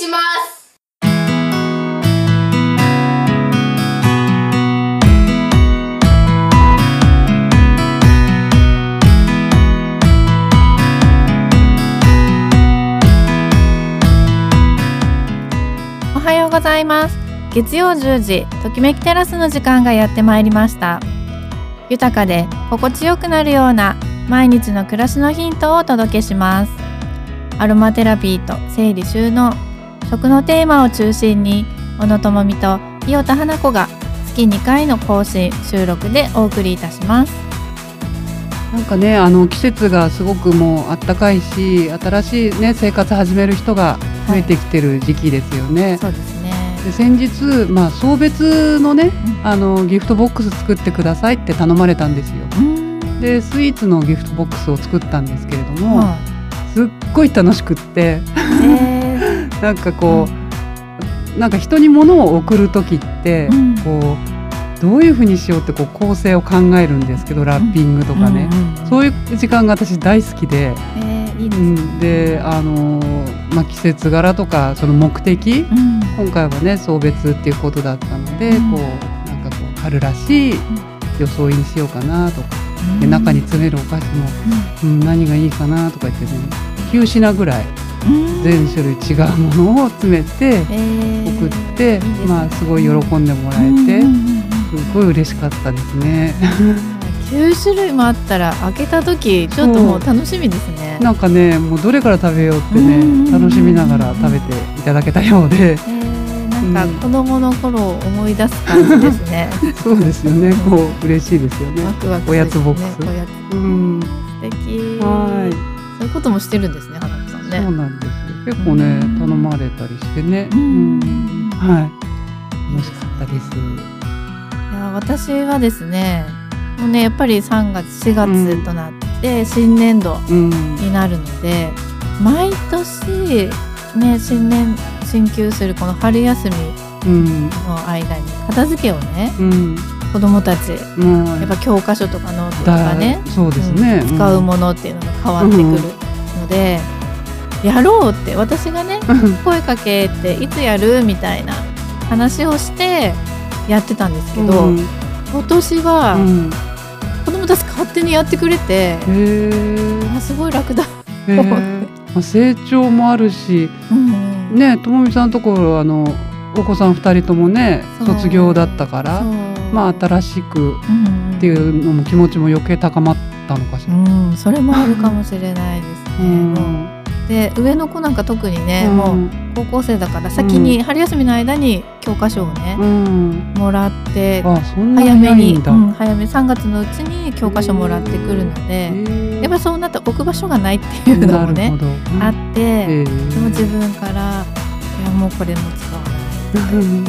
します。 おはようございます。月曜10時、ときめきテラスの時間がやってまいりました。豊かで心地よくなるような毎日の暮らしのヒントをお届けします。アロマテラピーと整理収納、食のテーマを中心に小野智美と伊予田花子が月2回の更新収録でお送りいたします。 なんかね、季節がすごくもう暖かいし、新しいね生活始める人が増えてきてる時期ですよね。 そうですね。 で先日、送別のね、ギフトボックス作ってくださいって頼まれたんですよ。でスイーツのギフトボックスを作ったんですけれども、すっごい楽しくって、なんかこう、なんか人に物を送る時って、こうどういうふうにしようってこう構成を考えるんですけど、ラッピングとかね、そういう時間が私大好きで、 いいですね。 で季節柄とかその目的、今回はね送別っていうことだったので、こうなんかこう春らしい装いにしようかなとか、で中に詰めるお菓子も、何がいいかなとか言ってね、9品ぐらい全種類違うものを詰めて送って、すごい喜んでもらえて、すごい嬉しかったですね。 9種類もあったら開けた時ちょっともう楽しみですね。 なんかね、もうどれから食べようってね、楽しみながら食べていただけたようで、 なんか子供の頃を思い出す感じですね。 そうですよね。こう嬉しいですよね。 ワクワクするね、 おやつボックス。 素敵。 はい。 そういうこともしてるんですね、花子さんね。 そうなんですよ。結構ね、頼まれたりしてね。はい。楽しかったです。 いや、私はですね、もうねやっぱり3月4月となって新年度になるので、毎年ね進級するこの春休みの間に片付けをね、子どもたち、やっぱ教科書とかノートとかね、 そうですね、 使うものっていうのが変わってくるので、やろうって私がね声かけていつやるみたいな話をしてやってたんですけど、今年は子どもたち勝手にやってくれて、すごい楽だと思って、 成長もあるし、ね、ともみさんのところお子さん2人ともね卒業だったから、新しくっていうのも気持ちも余計高まったのかしら。 それもあるかもしれないですね。で上の子なんか特にね、もう高校生だから先に春休みの間に教科書をね、もらって早めに3月のうちに教科書もらってくるので、やっぱそうなったら置く場所がないっていうのもねあって、でも自分からいやもうこれも使わないとか言って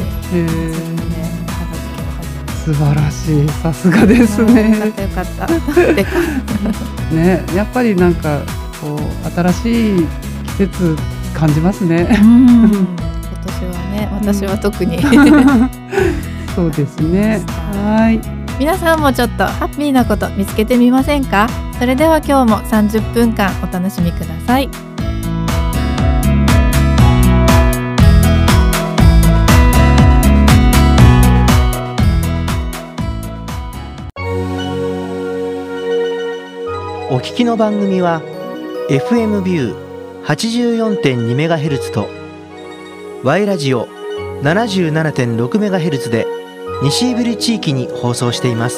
素晴らしい、さすがですね。 よかったね、やっぱりなんかこう新しい季節感じますね。 今年はね、私は特にそうですね。はい。 皆さんもちょっとハッピーなこと見つけてみませんか？それでは今日も30分間お楽しみください。 お聞きの番組は FM ビュー 84.2MHz と Y ラジオ 77.6MHz で西胆振地域に放送しています。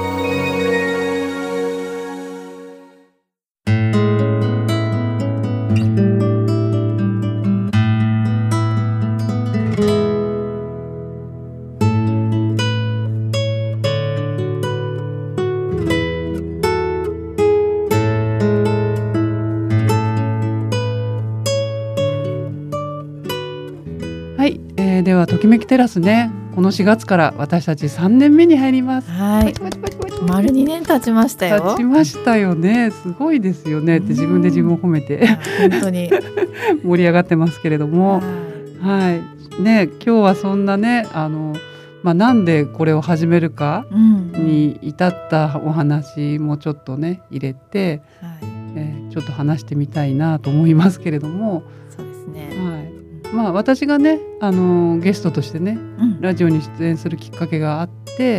はい、ではときめきテラスね、この4月から私たち3年目に入ります。 はい、丸2年経ちましたよ。 経ちましたよね。すごいですよねって自分で自分を褒めて本当に盛り上がってますけれども、はいね、今日はそんなねなんでこれを始めるかに至ったお話もちょっとね入れて、ちょっと話してみたいなと思いますけれども、 そうですね。 私がねゲストとしてね、ラジオに出演するきっかけがあって、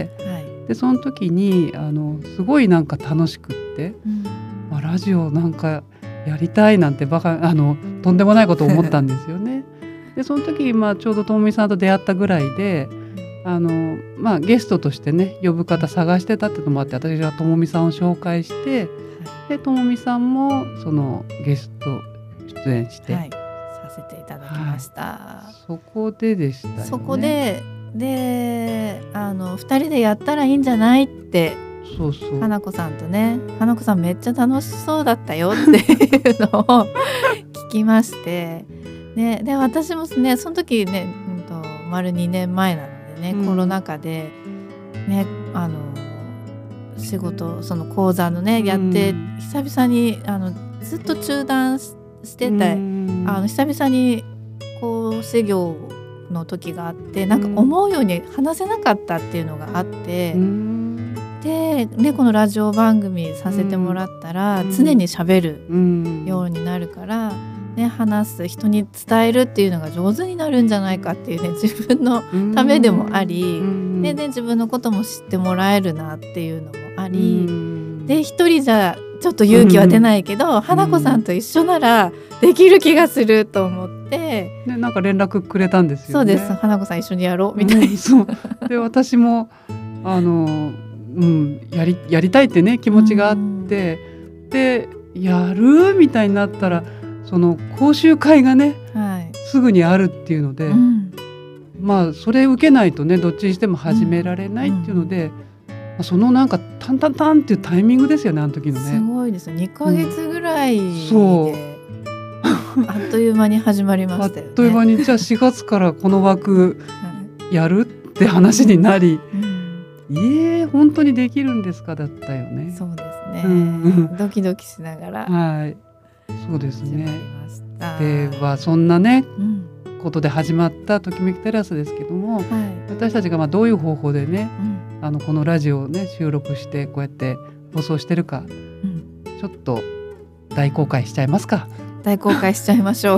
でその時にすごいなんか楽しくって、ラジオなんかやりたいなんてとんでもないことを思ったんですよね。でその時、ちょうどともみさんと出会ったぐらいでゲストとしてね呼ぶ方探してたってのもあって、私がともみさんを紹介して、でともみさんもそのゲスト出演して、させていただきました。 そこででしたよね。 そこで2人でやったらいいんじゃないって花子さんとね、花子さんめっちゃ楽しそうだったよっていうのを聞きまして、ね、で私もねその時ね、丸2年前なのでね、コロナ禍でね仕事その講座のねやって久々にずっと中断してて、久々に講師業の時があって、なんか思うように話せなかったっていうのがあって、で、ね、このラジオ番組させてもらったら、常に喋るようになるから、ね、話す人に伝えるっていうのが上手になるんじゃないかっていうね、自分のためでもあり、で自分のことも知ってもらえるなっていうのもあり、で一人じゃちょっと勇気は出ないけど、花子さんと一緒ならできる気がすると思って、 なんか連絡くれたんですよね。 そうです、花子さん一緒にやろうみたいな、 そうで私もやりたいってね気持ちがあって、でやるみたいになったらその講習会がね、すぐにあるっていうので、それ受けないとねどっちにしても始められないっていうので、そのなんかタンタンタンっていうタイミングですよね、あの時のね。 すごいですよ、2ヶ月ぐらいで、あっという間に始まりましたよね。 あっという間にじゃあ4月からこの枠やるって話になり、本当にできるんですかだったよね。 そうですね、ドキドキしながら、 そうですね。ではそんなね、ことで始まったときめきテラスですけども、私たちがどういう方法でね、このラジオをね収録してこうやって放送してるか、ちょっと大公開しちゃいますか。 大公開しちゃいましょう。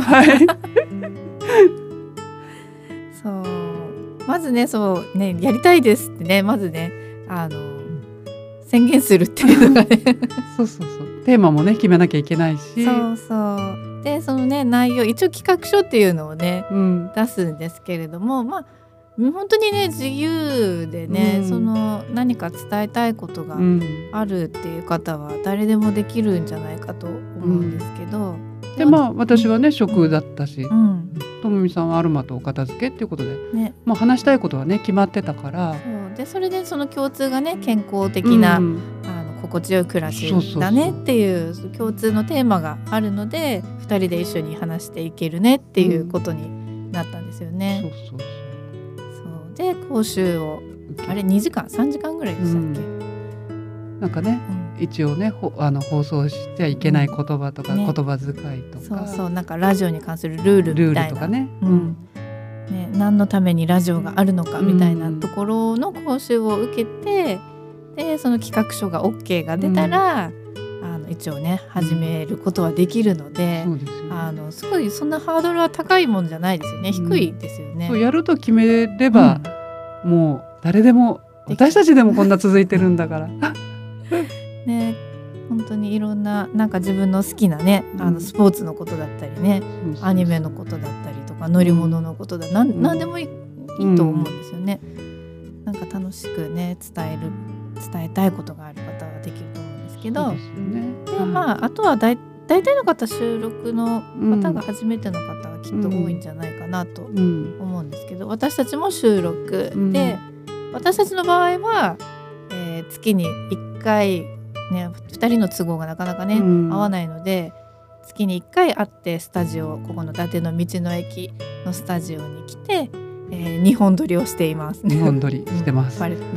そうまずね、そうね、やりたいですってね、まずね宣言するっていうのがねそうテーマもね決めなきゃいけないし、 でそのね内容、一応企画書っていうのをね、出すんですけれども、本当にね自由でね、その何か伝えたいことがあるっていう方は誰でもできるんじゃないかと思うんですけど、 で私はね食だったし、ともみさんはアロマとお片付けっていうことで、話したいことはね決まってたから、 それでその共通がね健康的な、心地よい暮らしだねっていう共通のテーマがあるので、2人で一緒に話していけるねっていうことになったんですよね。で講習をあれ2時間3時間ぐらいでしたっけ、 なんかね、一応ね放送してはいけない言葉とか、言葉遣いとか、 なんかラジオに関するルールみたいな、 とかね、 何のためにラジオがあるのかみたいなところの講習を受けて、でその企画書が OK が出たら、一応ね始めることはできるので、すごいそんなハードルは高いもんじゃないですよね、低いですよね。 やると決めれば、もう誰でも、私たちでもこんな続いてるんだからね、本当にいろんな、なんか自分の好きなね、スポーツのことだったりね、アニメのことだったりとか乗り物のことだ、何でもいいと思うんですよね。なんか楽しくね伝えたいことがある方はできると思うんですけど、あとは大体の方、収録の方が初めての方はきっと多いんじゃないかなと思うんですけど、私たちも収録で、私たちの場合は、月に1回、ね、2人の都合がなかなかね、合わないので、月に1回会ってスタジオ、ここの伊達の道の駅のスタジオに来て、2本撮りをしています。 2本撮りしてます。 バレて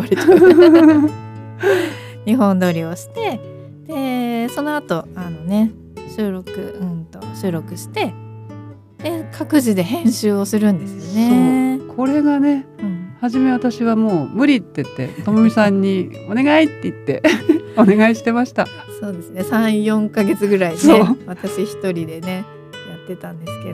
2本撮りをして、でその後収録して、で各自で編集をするんですよね。 これがね、初め私はもう無理って言ってともみさんにお願いって言ってお願いしてました。 そうですね、3、4ヶ月ぐらいね、私一人でねやってたんですけど、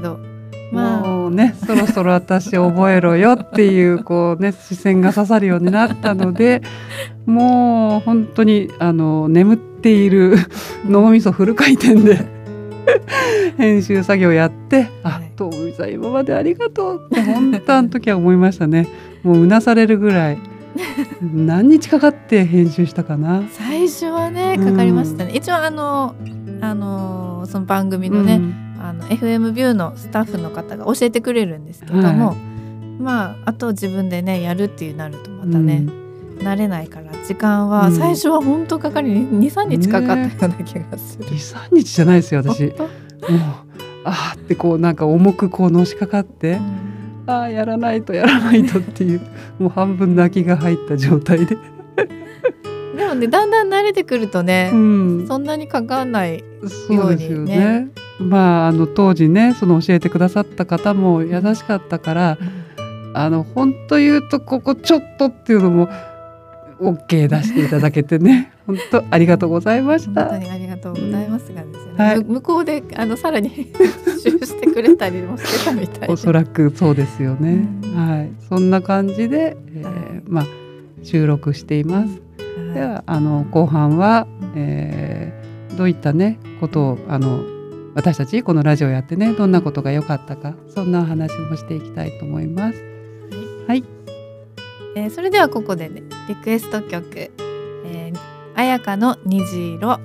もうねそろそろ私覚えろよっていうこうね視線が刺さるようになったのでもう本当に眠っている脳みそフル回転で編集作業やって、ともみさん今までありがとうって本当あの時は思いましたね。もううなされるぐらい何日かかって編集したかな。 最初はねかかりましたね。一応その番組のね、FM ビューのスタッフの方が教えてくれるんですけども、あと自分でねやるっていうなるとまたね、慣れないから時間は最初は本当かかり 2,3 日かかったような気がする。 2,3 日じゃないですよ私。もうってこうなんか重くこうのしかかって、やらないとっていうもう半分泣きが入った状態ででもねだんだん慣れてくるとね、そんなにかかんないようにね。そうですよね。 当時ねその教えてくださった方も優しかったから、本当言うとここちょっとっていうのも OK 出していただけてね本当ありがとうございました。 本当にありがとうございますがですね、向こうでさらに編集してくれたりもしてたみたいでおそらくそうですよね。そんな感じで、収録しています。では後半は、どういったねことを私たちこのラジオやってねどんなことが良かったかそんな話もしていきたいと思います。はい、 それではここでねリクエスト曲、彩香の虹色。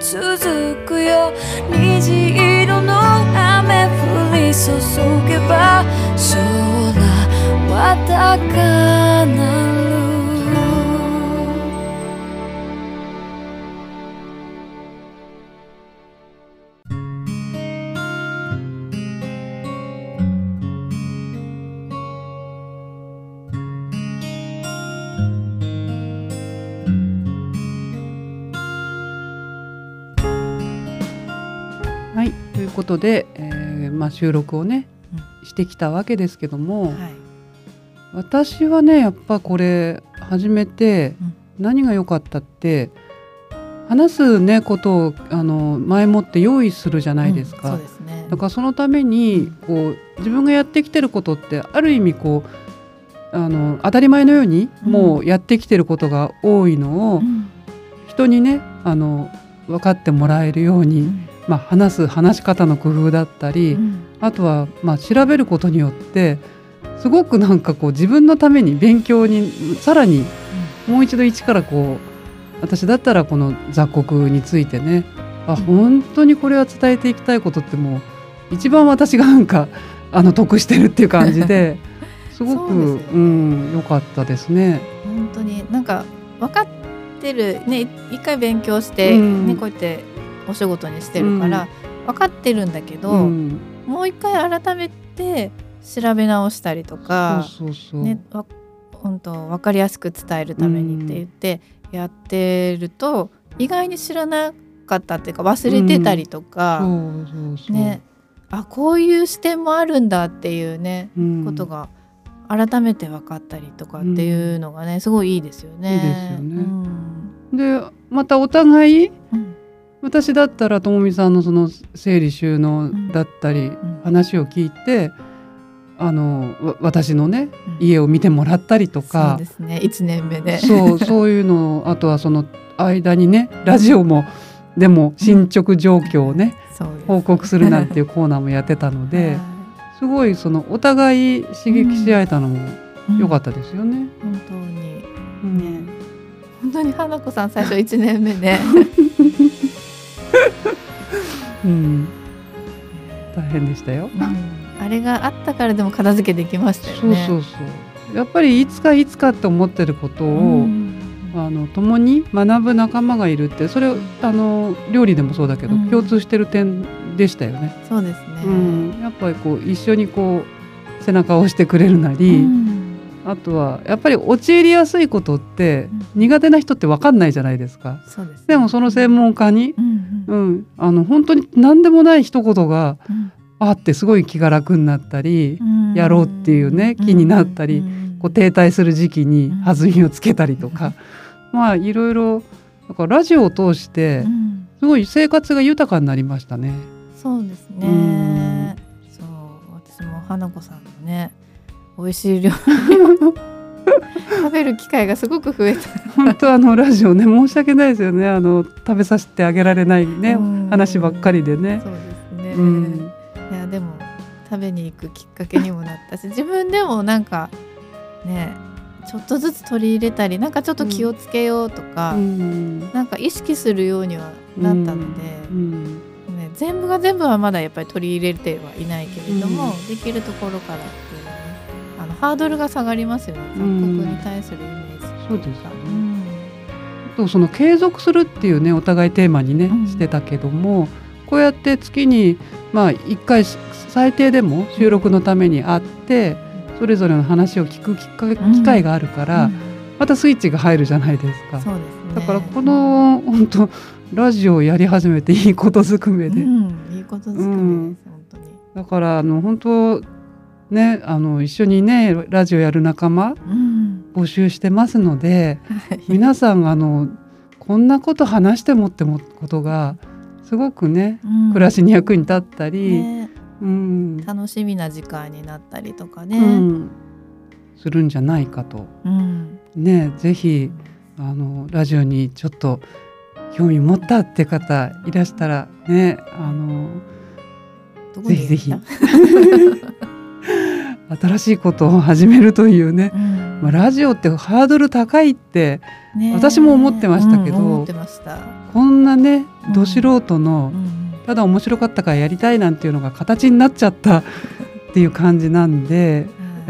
続くよ。虹色の雨降り注げば空は高鳴る。 はい、ということで、収録をね、してきたわけですけども、私はねやっぱこれ始めて何が良かったって、話すねことを前もって用意するじゃないですか。 そうですね。 だからそのためにこう自分がやってきてることってある意味こう当たり前のようにもうやってきてることが多いのを、人にね分かってもらえるように、話す話し方の工夫だったり、あとは調べることによってすごくなんかこう自分のために勉強にさらにもう一度一からこう、私だったらこの雑穀についてね、本当にこれは伝えていきたいことってもう一番私がなんか得してるっていう感じですごく良かったですね。 本当になんか分かってるね、一回勉強して、こうやってお仕事にしてるから、分かってるんだけど、もう一回改めて調べ直したりとか、本当分かりやすく伝えるためにって言ってやってると、意外に知らなかったっていうか忘れてたりとか、こういう視点もあるんだっていうね、ことが改めて分かったりとかっていうのがね、すごいいいですよね。 いいですよね。でまたお互い、私だったらともみさんのその整理収納だったり、話を聞いて私のね、家を見てもらったりとか、 そうですね、1年目でそういうのをあとはその間にねラジオもでも進捗状況をね、報告するなんていうコーナーもやってたので、すごいそのお互い刺激し合えたのも良かったですよね。 本当にね、本当に花子さん最初1年目で大変でしたよ。 あれがあったからでも片付けできましたよね。 そうやっぱりいつかって思ってることを、共に学ぶ仲間がいるって、それ料理でもそうだけど、共通してる点でしたよね。 そうですね。 やっぱりこう一緒にこう背中を押してくれるなり、あとはやっぱり陥りやすいことって苦手な人って分かんないじゃないですか。 そうですね。 でもその専門家に、本当に何でもない一言があってすごい気が楽になったり、やろうっていうね気になったり、こう停滞する時期に弾みをつけたりとか、いろいろだからラジオを通してすごい生活が豊かになりましたね。 そうですね。そう私も花子さんのね美味しい料理食べる機会がすごく増えた。 本当ラジオね申し訳ないですよね。食べさせてあげられないね話ばっかりでね。 そうですね。いやでも食べに行くきっかけにもなったし、自分でもなんかねちょっとずつ取り入れたり、なんかちょっと気をつけようとか、なんか意識するようにはなったので、全部が全部はまだやっぱり取り入れてはいないけれども、できるところからっていうね、ハードルが下がりますよね、雑穀に対するイメージ。 そうですよね。とその継続するっていうねお互いテーマにね、してたけども、こうやって月に1回最低でも収録のために会ってそれぞれの話を聞く機会があるから、またスイッチが入るじゃないですか。 そうですね。 だからこの本当ラジオをやり始めていいことずくめで、 いいことずくめです、本当に。 だから本当ね一緒にねラジオやる仲間、募集してますので、皆さんこんなこと話してもってことがすごくね、暮らしに役に立ったり、 楽しみな時間になったりとかね、 するんじゃないかと、ね、ぜひラジオにちょっと興味持ったって方いらしたらね、ぜひ新しいことを始めるというね、 まあ、ラジオってハードル高いって私も思ってましたけど、 思ってました。 こんなねど素人の、ただ面白かったからやりたいなんていうのが形になっちゃったっていう感じなんで、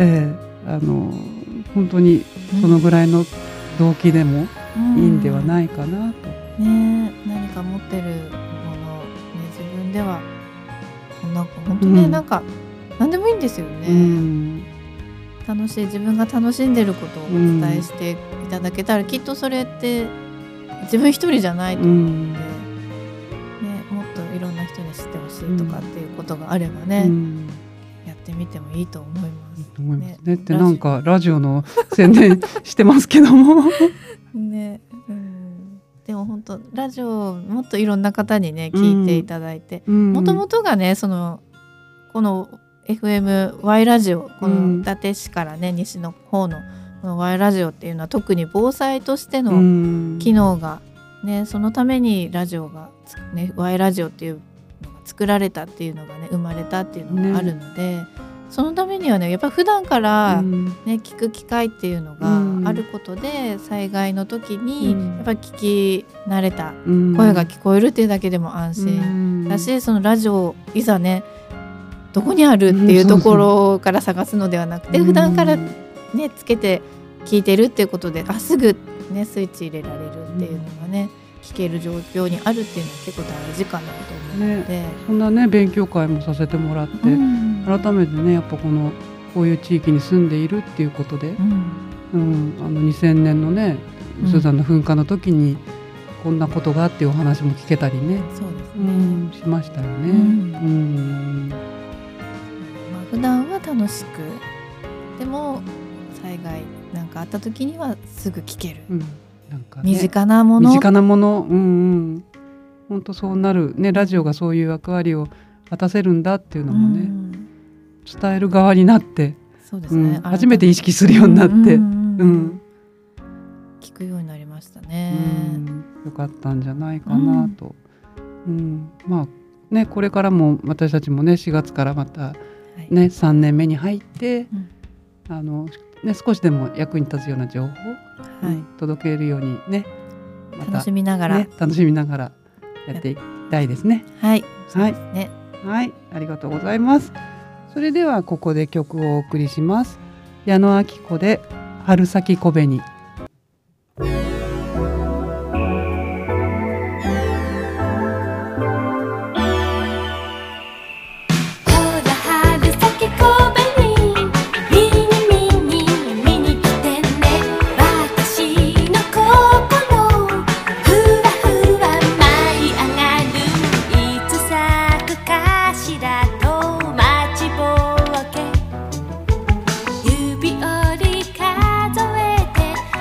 本当にそのぐらいの動機でもいいんではないかなと。 何か持ってるもの、自分では本当ね、なんか何でもいいんですよね。楽しい、自分が楽しんでることをお伝えしていただけたら、きっとそれって自分一人じゃないと思うので、もっといろんな人に知ってほしいとかっていうことがあればね、やってみてもいいと思います。 ねってなんかラジオの宣伝してますけどもね、でも本当ラジオもっといろんな方にね聞いていただいて、もともとがねこの FMY ラジオ、この伊達市からね西の方のこの Y ラジオっていうのは特に防災としての機能がね、そのためにラジオがね Y ラジオっていうのが作られたっていうのがね生まれたっていうのがあるので、そのためにはねやっぱり普段からね聞く機会っていうのがあることで、災害の時にやっぱり聞き慣れた声が聞こえるっていうだけでも安心だし、そのラジオいざねどこにあるっていうところから探すのではなくて、普段からねつけて聞いてるっていうことですぐねスイッチ入れられるっていうのがね、聞ける状況にあるっていうのは結構大事かなと思うので、 そんなね勉強会もさせてもらって、改めてねやっぱこういう地域に住んでいるっていうことで、2000年のねスーザンの噴火の時にこんなことがっていうお話も聞けたりね、 そうですね、 しましたよね。 普段は楽しく、でも災害なんかあった時にはすぐ聞ける、なんかね、身近なもの、本当そうなるね。ラジオがそういう役割を果たせるんだっていうのもね、伝える側になって、 そうですね、 初めて意識するようになって、 聞くようになりましたね。 よかったんじゃないかなと。まあね、これからも私たちもね4月からまたね、3年目に入って、少しでも役に立つような情報、届けるようにね、また楽しみながらやっていきたいですね。 はい、 ありがとうございます。それではここで曲をお送りします。矢野顕子で春先小紅。 指折り数えて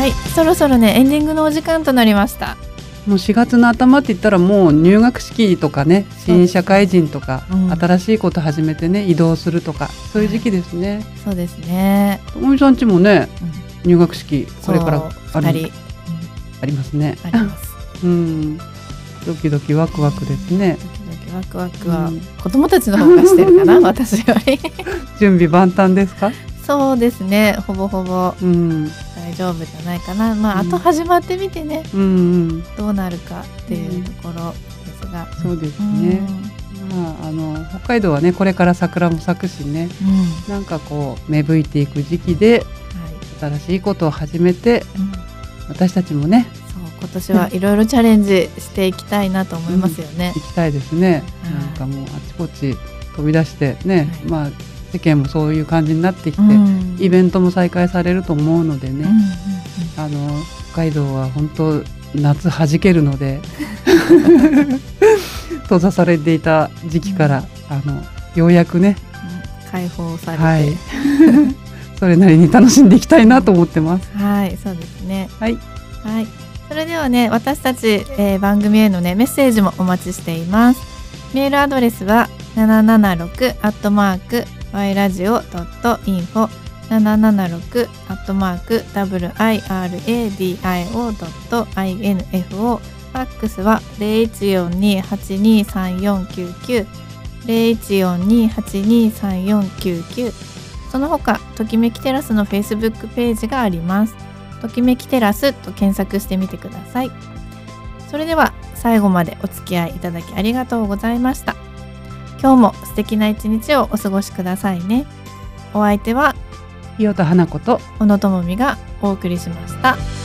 はい、そろそろねエンディングのお時間となりました。 もう4月の頭って言ったらもう入学式とかね、新社会人とか、新しいこと始めてね移動するとかそういう時期ですね。 そうですね。 ともみさんちもね、入学式これからありますね。 あります。 ドキドキワクワクですね。 ドキドキワクワクは子供たちの方がしてるかな私より準備万端ですか？ そうですね、ほぼほぼ大丈夫じゃないかな。まああと始まってみてね、どうなるかっていうところですが、 そうですね。まあ北海道はねこれから桜も咲くしね、なんかこう芽吹いていく時期で、新しいことを始めて、私たちもね、 今年はいろいろチャレンジしていきたいなと思いますよね。 行きたいですね。なんかもうあちこち飛び出してね、まあ世間もそういう感じになってきて、イベントも再開されると思うのでね、北海道は本当夏弾けるので閉ざされていた時期からようやくね、 解放されて、 それなりに楽しんでいきたいなと思ってます。 はい、そうですね。 はい、 はい、それではね私たち、番組へのねメッセージもお待ちしています。メールアドレスは776@yradio.info 776@wiradio.info ファックスは 0142-823499 0142-823499 その他ときめきテラスの Facebook ページがあります。ときめきテラスと検索してみてください。それでは最後までお付き合いいただきありがとうございました。今日も素敵な一日をお過ごしくださいね。お相手はひよと花子と小野智美がお送りしました。